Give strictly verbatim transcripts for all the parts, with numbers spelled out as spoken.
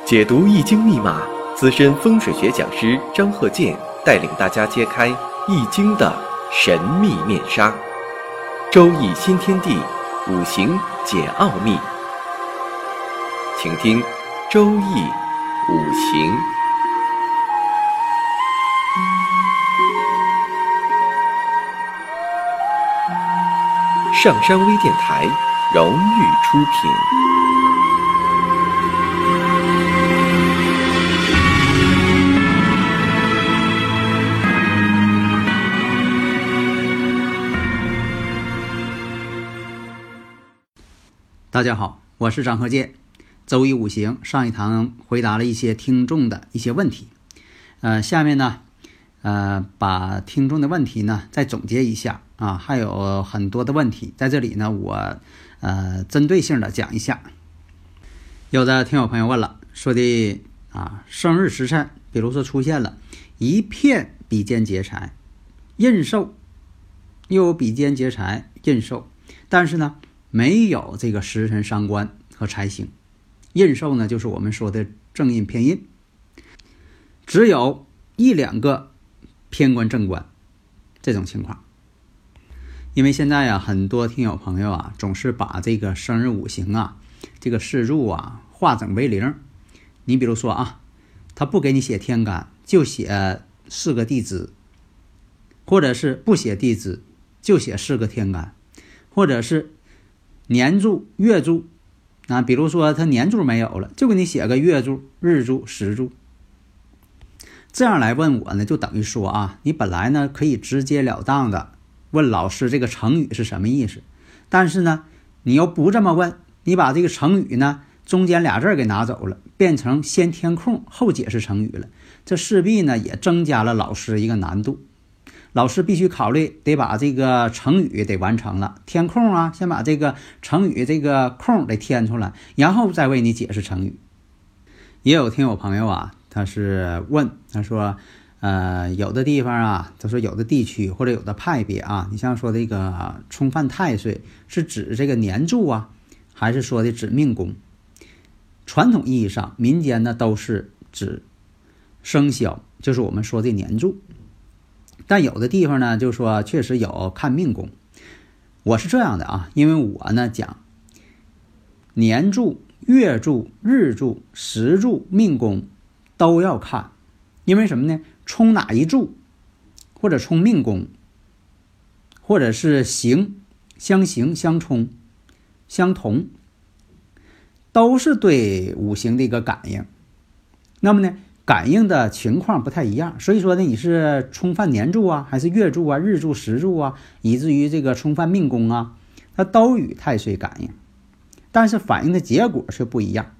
解读易经密码，资深风水学讲师张鹤剑带领大家揭开易经的神秘面纱。周易新天地，五行解奥秘。请听周易五行。上山微电台荣誉出品。 大家好，我是张鹤剑。周易五行上一堂回答了一些听众的一些问题，呃，下面呢，呃，把听众的问题呢再总结一下啊，还有很多的问题在这里呢，我呃针对性的讲一下。有的听友朋友问了，说的啊，生日时辰，比如说出现了一片比肩劫财、印寿，又有比肩劫财、印寿，但是呢，没有这个食神伤官和财星，印寿呢就是我们说的正印偏印，只有一两个偏官正官这种情况。因为现在啊，很多听友朋友啊，总是把这个生日五行啊，这个四柱啊化整为零。你比如说啊，他不给你写天干，就写四个地支，或者是不写地支，就写四个天干，或者是年柱、月柱啊，比如说他年柱没有了，就给你写个月柱、日柱、时柱。这样来问我呢，就等于说啊，你本来呢可以直截了当的问老师这个成语是什么意思，但是呢，你又不这么问，你把这个成语呢中间俩字给拿走了，变成先填空后解释成语了，这势必呢也增加了老师一个难度。老师必须考虑得把这个成语得完成了，填空啊，先把这个成语这个空得填出来，然后再为你解释成语。也有听友朋友啊，他是问，他说呃，有的地方啊，他说有的地区或者有的派别啊，你像说这个冲犯太岁是指这个年柱啊，还是说的指命宫？传统意义上，民间呢都是指生肖，就是我们说的年柱。但有的地方呢，就说确实有看命宫。我是这样的啊，因为我呢讲年柱、月柱、日柱、时柱、命宫都要看，因为什么呢？冲哪一柱，或者冲命宫，或者是刑、相刑、相冲、相同，都是对五行的一个感应。那么呢，感应的情况不太一样，所以说呢，你是冲犯年柱啊，还是月柱啊、日柱、时柱啊，以至于这个冲犯命宫啊，它都与太岁感应，但是反应的结果却不一样。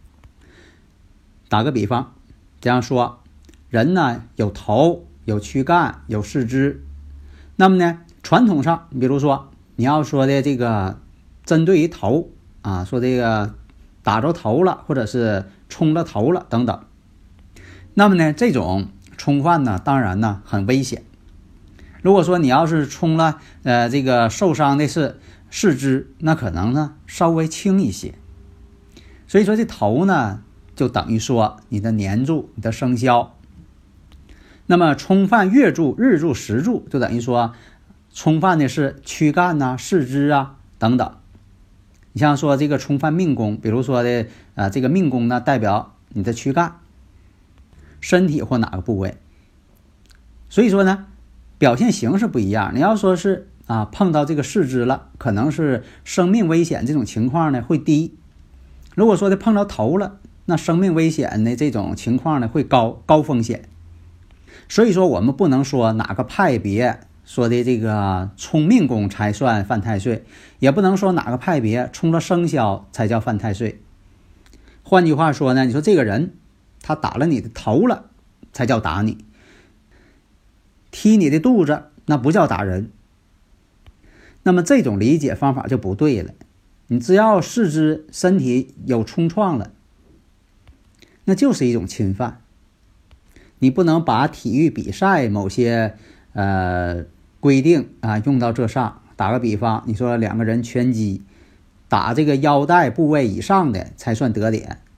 打个比方，这样说，人呢有头、有躯干、有四肢，那么呢，传统上，比如说你要说的这个针对于头啊，说这个打着头了，或者是冲了头了等等。那么呢，这种冲犯呢，当然呢很危险。如果说你要是冲了，呃，这个受伤的是四肢，那可能呢稍微轻一些。所以说这头呢，就等于说你的年柱、你的生肖。那么冲犯月柱、日柱、时柱，就等于说冲犯的是躯干呐、四肢啊等等。你像说这个冲犯命宫，比如说的呃，这个命宫呢代表你的躯干、身体或哪个部位，所以说呢，表现形式不一样。你要说是啊碰到这个四肢了，可能是生命危险这种情况呢会低；如果说的碰到头了，那生命危险的这种情况呢会高高风险。所以说我们不能说哪个派别说的这个冲命宫才算犯太岁，也不能说哪个派别冲了生肖才叫犯太岁。换句话说呢，你说这个人他打了你的头了才叫打你，踢你的肚子那不叫打人。那么这种理解方法就不对了。你只要四肢身体有冲撞了，那就是一种侵犯。你不能把体育比赛某些呃规定啊用到这上。打个比方，你说两个人拳击，打这个腰带部位以上的才算得点，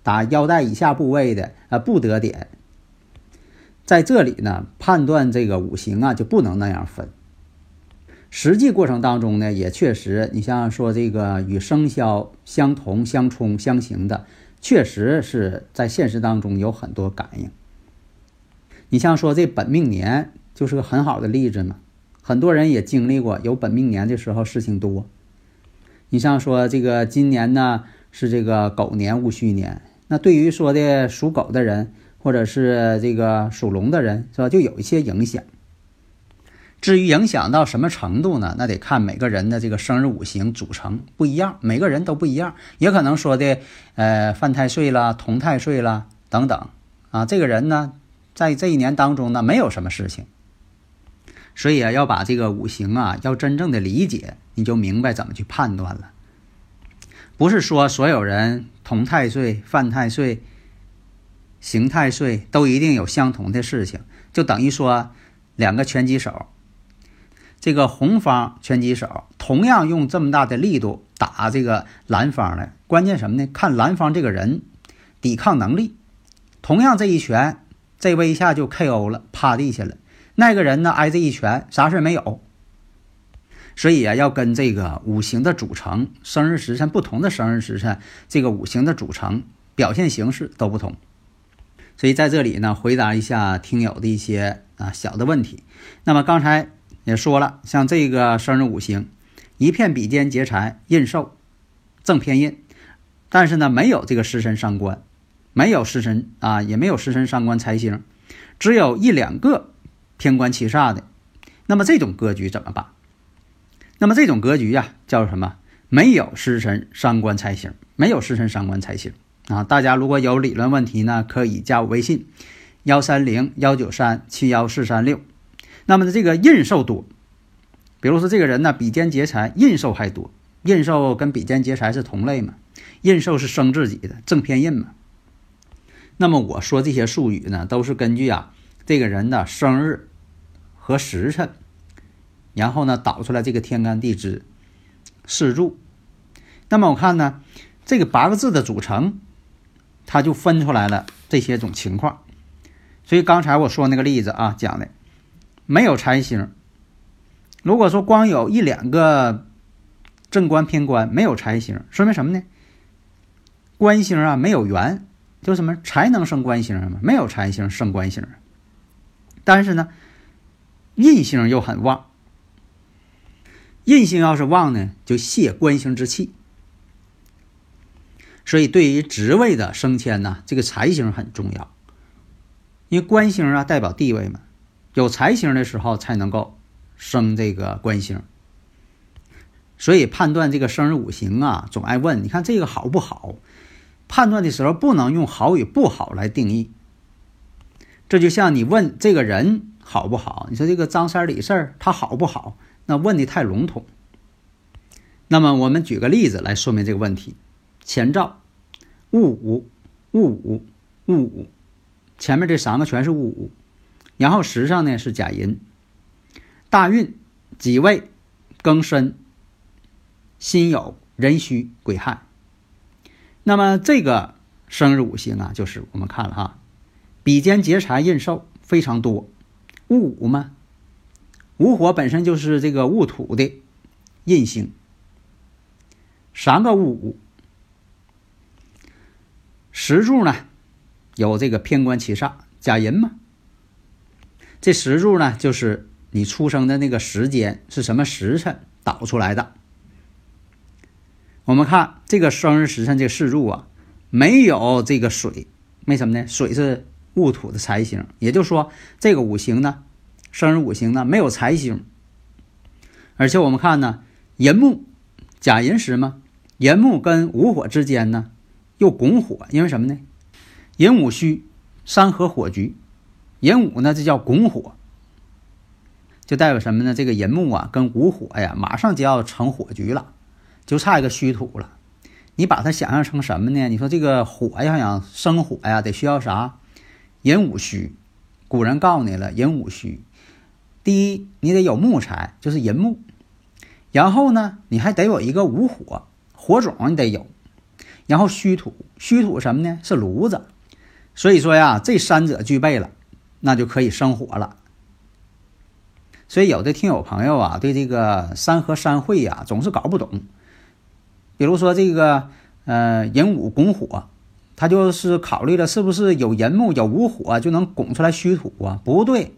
打腰带以下部位的啊不得点。在这里呢，判断这个五行啊就不能那样分。实际过程当中呢，也确实，你像说这个与生肖相同、相冲、相刑的，确实是在现实当中有很多感应。你像说这本命年就是个很好的例子嘛，很多人也经历过有本命年的时候事情多。你像说这个今年呢是这个狗年戊戌年，那对于说的属狗的人或者是这个属龙的人，是吧，就有一些影响。至于影响到什么程度呢？那得看每个人的这个生日五行组成不一样，每个人都不一样，也可能说的呃犯太岁啦、同太岁啦等等啊。这个人呢，在这一年当中呢，没有什么事情，所以啊，要把这个五行啊，要真正的理解，你就明白怎么去判断了。不是说所有人同太岁、犯太岁、刑太岁都一定有相同的事情，就等于说两个拳击手。这个红方拳击手同样用这么大的力度打这个蓝方的，关键什么呢？看蓝方这个人抵抗能力。同样这一拳，这位一下就 K O 了，趴地下了。那个人呢，挨这一拳啥事没有。所以啊，要跟这个五行的组成，生日时辰不同的生日时辰，这个五行的组成表现形式都不同。所以在这里呢，回答一下听友的一些啊小的问题。那么刚才也说了，像这个生日五行，一片比肩劫财印寿正偏印，但是呢没有这个食神伤官，没有食神啊，也没有食神伤官财星，只有一两个偏官七煞的。那么这种格局怎么办？那么这种格局呀、啊，叫什么？没有食神伤官财星，没有食神伤官财星啊。大家如果有理论问题呢，可以加我微信幺三零幺九三七幺四三六。那么这个印寿多，比如说这个人呢，比肩劫财，印寿还多。印寿跟比肩劫财是同类嘛，印寿是生自己的正偏印嘛。那么我说这些术语呢，都是根据啊这个人的生日和时辰，然后呢导出来这个天干地支四柱。那么我看呢，这个八个字的组成，它就分出来了这些种情况。所以刚才我说那个例子啊，讲的没有财星，如果说光有一两个正官偏官，没有财星，说明什么呢？官星啊没有缘，就什么才能生官星嘛，没有财星生官星。但是呢，印星又很旺，印星要是旺呢，就泄官星之气。所以对于职位的升迁呢，这个财星很重要，因为官星啊代表地位嘛。有财星的时候才能够生这个官星。所以判断这个生日五行啊，总爱问你看这个好不好，判断的时候不能用好与不好来定义。这就像你问这个人好不好，你说这个张三李四他好不好，那问的太笼统。那么我们举个例子来说明这个问题。前兆戊午戊午戊午，前面这三个全是戊午，然后时上呢是甲寅，大运己未庚申辛酉壬戌癸亥。那么这个生日五行啊，就是我们看了哈，比肩劫财印寿非常多。戊午嘛，午火本身就是这个戊土的印星，三个戊午。时柱呢有这个偏官七煞甲寅嘛，这时柱呢就是你出生的那个时间是什么时辰导出来的。我们看这个生日时辰这个四柱啊，没有这个水，为什么呢？水是戊土的财星，也就是说这个五行呢，生日五行呢没有财星。而且我们看呢，寅木甲寅时嘛，寅木跟午火之间呢又拱火，因为什么呢？寅午戌三合火局，寅午呢这叫拱火，就代表什么呢？这个寅木啊跟午火呀马上就要成火局了，就差一个戌土了。你把它想象成什么呢？你说这个火要想生火呀，得需要啥？寅午戌，古人告诉你了，寅午戌。第一，你得有木材，就是寅木，然后呢，你还得有一个午火，火种你得有， 然后虚土，虚土什么呢？是炉子。所以说呀，这三者具备了，那就可以生火了。所以有的听友朋友啊，对这个山河山会呀、啊，总是搞不懂。比如说这个呃寅午拱火，他就是考虑了是不是有寅木有午火就能拱出来虚土啊？不对，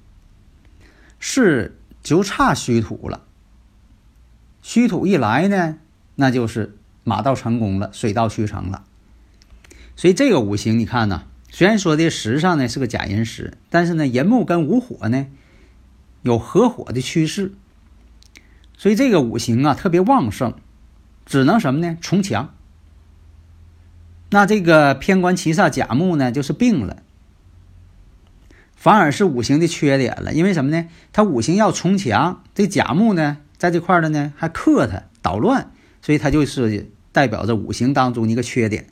是就差虚土了。虚土一来呢，那就是马到成功了，水到渠成了。所以这个五行你看呢，虽然说的时上呢是个甲寅时，但是呢寅木跟午火呢有合火的趋势，所以这个五行啊特别旺盛，只能什么呢？从强。那这个偏官七煞甲木呢就是病了，反而是五行的缺点了。因为什么呢？它五行要从强，这甲木呢在这块的呢还克它捣乱，所以它就是代表着五行当中的一个缺点。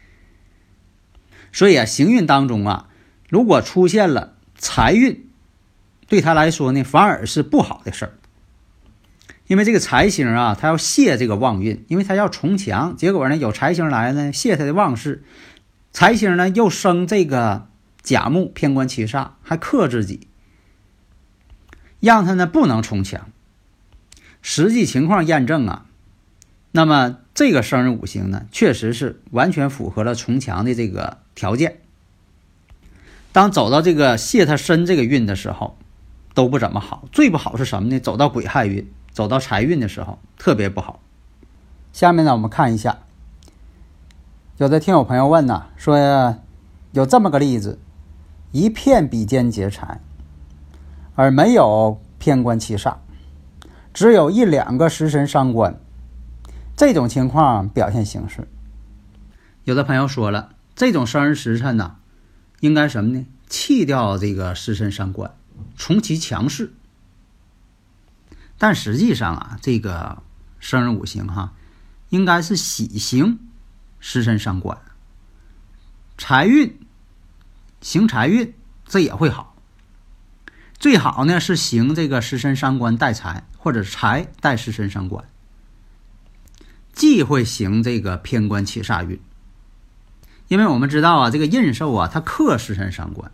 所以啊，行运当中啊，如果出现了财运，对他来说呢，反而是不好的事儿。因为这个财星啊，他要泄这个旺运，因为他要从强，结果呢，有财星来呢，泄他的旺势。财星呢又生这个甲木偏官七煞，还克自己，让他呢不能从强。实际情况验证啊，那么这个生日五行呢，确实是完全符合了从强的这个条件。当走到这个泄他身这个运的时候，都不怎么好。最不好是什么呢？走到癸亥运，走到财运的时候，特别不好。下面呢，我们看一下，有的听友朋友问呢，说有这么个例子，一片比肩劫财，而没有偏官七煞，只有一两个食神伤官，这种情况表现形式。有的朋友说了，这种生日时辰呢，应该什么呢？弃掉这个食神伤官，从其强势。但实际上啊，这个生日五行哈，应该是喜行食神伤官，财运行财运，这也会好。最好呢是行这个食神伤官带财，或者财带食神伤官，既会行这个偏官七煞运。因为我们知道啊，这个印寿啊，它克食神伤官。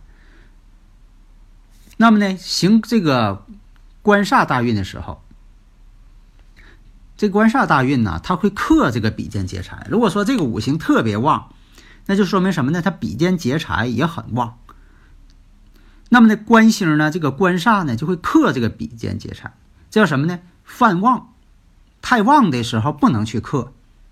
那么呢，行这个官煞大运的时候，这官煞大运呢，它会克这个比肩劫财。如果说这个五行特别旺，那就说明什么呢？它比肩劫财也很旺。那么呢，官星呢，这个官煞呢，就会克这个比肩劫财，这叫什么呢？犯旺。太旺的时候不能去克。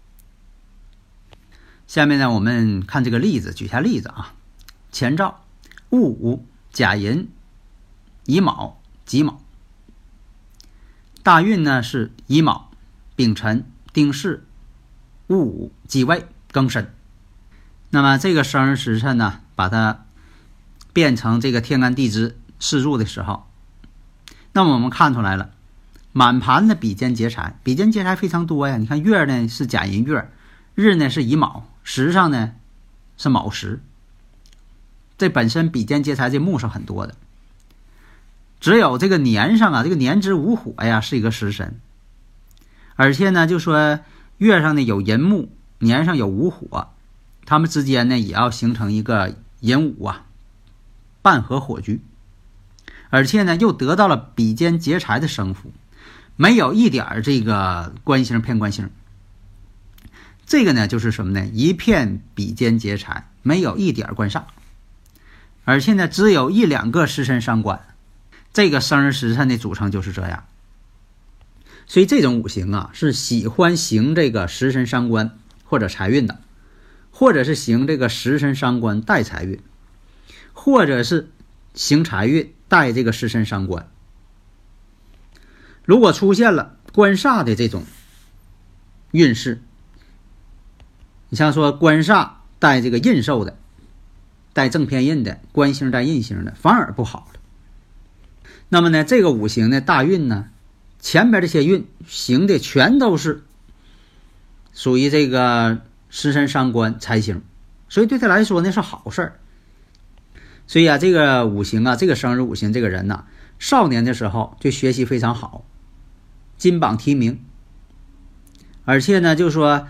下面呢，我们看这个例子，举下例子啊。前兆戊午、甲寅、乙卯、己卯。大运呢是乙卯、丙辰、丁巳、戊午、己未、庚申。那么这个生日时辰呢，把它变成这个天干地支四柱的时候，那么我们看出来了，满盘的比肩劫财，比肩劫财非常多呀。你看月呢是甲寅月，日呢是乙卯，时上呢是卯时，这本身比肩劫财这木是很多的。只有这个年上啊，这个年支午火呀是一个食神，而且呢就说月上呢有寅木，年上有午火，他们之间呢也要形成一个寅午啊半合火局，而且呢又得到了比肩劫财的生符，没有一点这个官星偏官星。这个呢就是什么呢？一片比肩劫财，没有一点官煞，而且呢只有一两个食神伤官。这个生日时辰的组成就是这样。所以这种五行啊是喜欢行这个食神伤官或者财运的，或者是行这个食神伤官带财运，或者是行财运带这个食神伤官。如果出现了官煞的这种运势，你像说官煞带这个印寿的，带正偏印的，官星带印星的，反而不好了。那么呢，这个五行的大运呢，前边这些运行的全都是属于这个食神伤官财星，所以对他来说呢是好事儿。所以啊，这个五行啊，这个生日五行这个人呢、啊，少年的时候就学习非常好，金榜题名，而且呢就说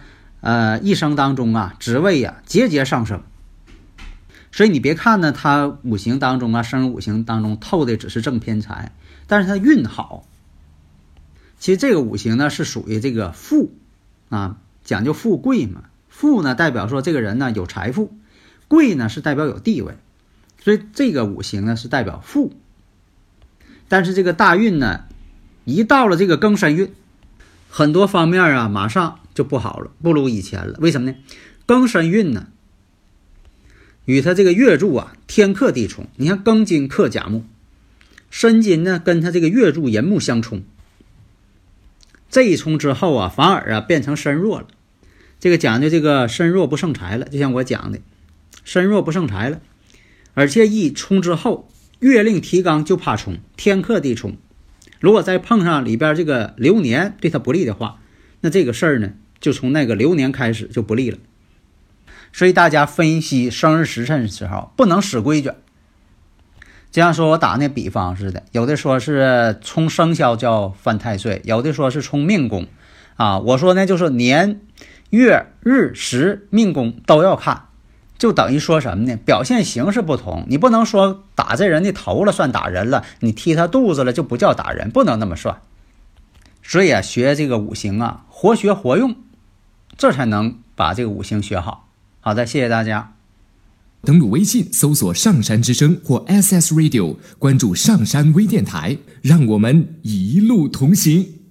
呃一生当中啊职位啊节节上升。所以你别看呢他五行当中啊生日五行当中透的只是正偏财，但是他运好。其实这个五行呢是属于这个富啊，讲究富贵嘛。富呢代表说这个人呢有财富，贵呢是代表有地位，所以这个五行呢是代表富。但是这个大运呢一到了这个庚申运，很多方面啊马上就不好了，不如以前了。为什么呢？庚申运呢与他这个月柱啊天克地冲，你看庚金克甲木，申金呢跟他这个月柱寅木相冲，这一冲之后啊反而啊变成身弱了。这个讲究这个身弱不胜财了，就像我讲的身弱不胜财了。而且一冲之后月令提纲就怕冲，天克地冲，如果再碰上里边这个流年对他不利的话，那这个事儿呢就从那个流年开始就不利了。所以大家分析生日时辰的时候不能死规矩，就像说我打那比方似的，有的说是冲生肖叫犯太岁，有的说是冲命宫啊。我说呢就是年月日时命宫都要看，就等于说什么呢？表现形式不同，你不能说打这人的头了算打人了，你踢他肚子了就不叫打人，不能那么算。所以啊学这个五行啊活学活用，这才能把这个五行学好。好的，谢谢大家。 登录微信搜索上山之声或 S S Radio， 关注上山微电台，让我们一路同行。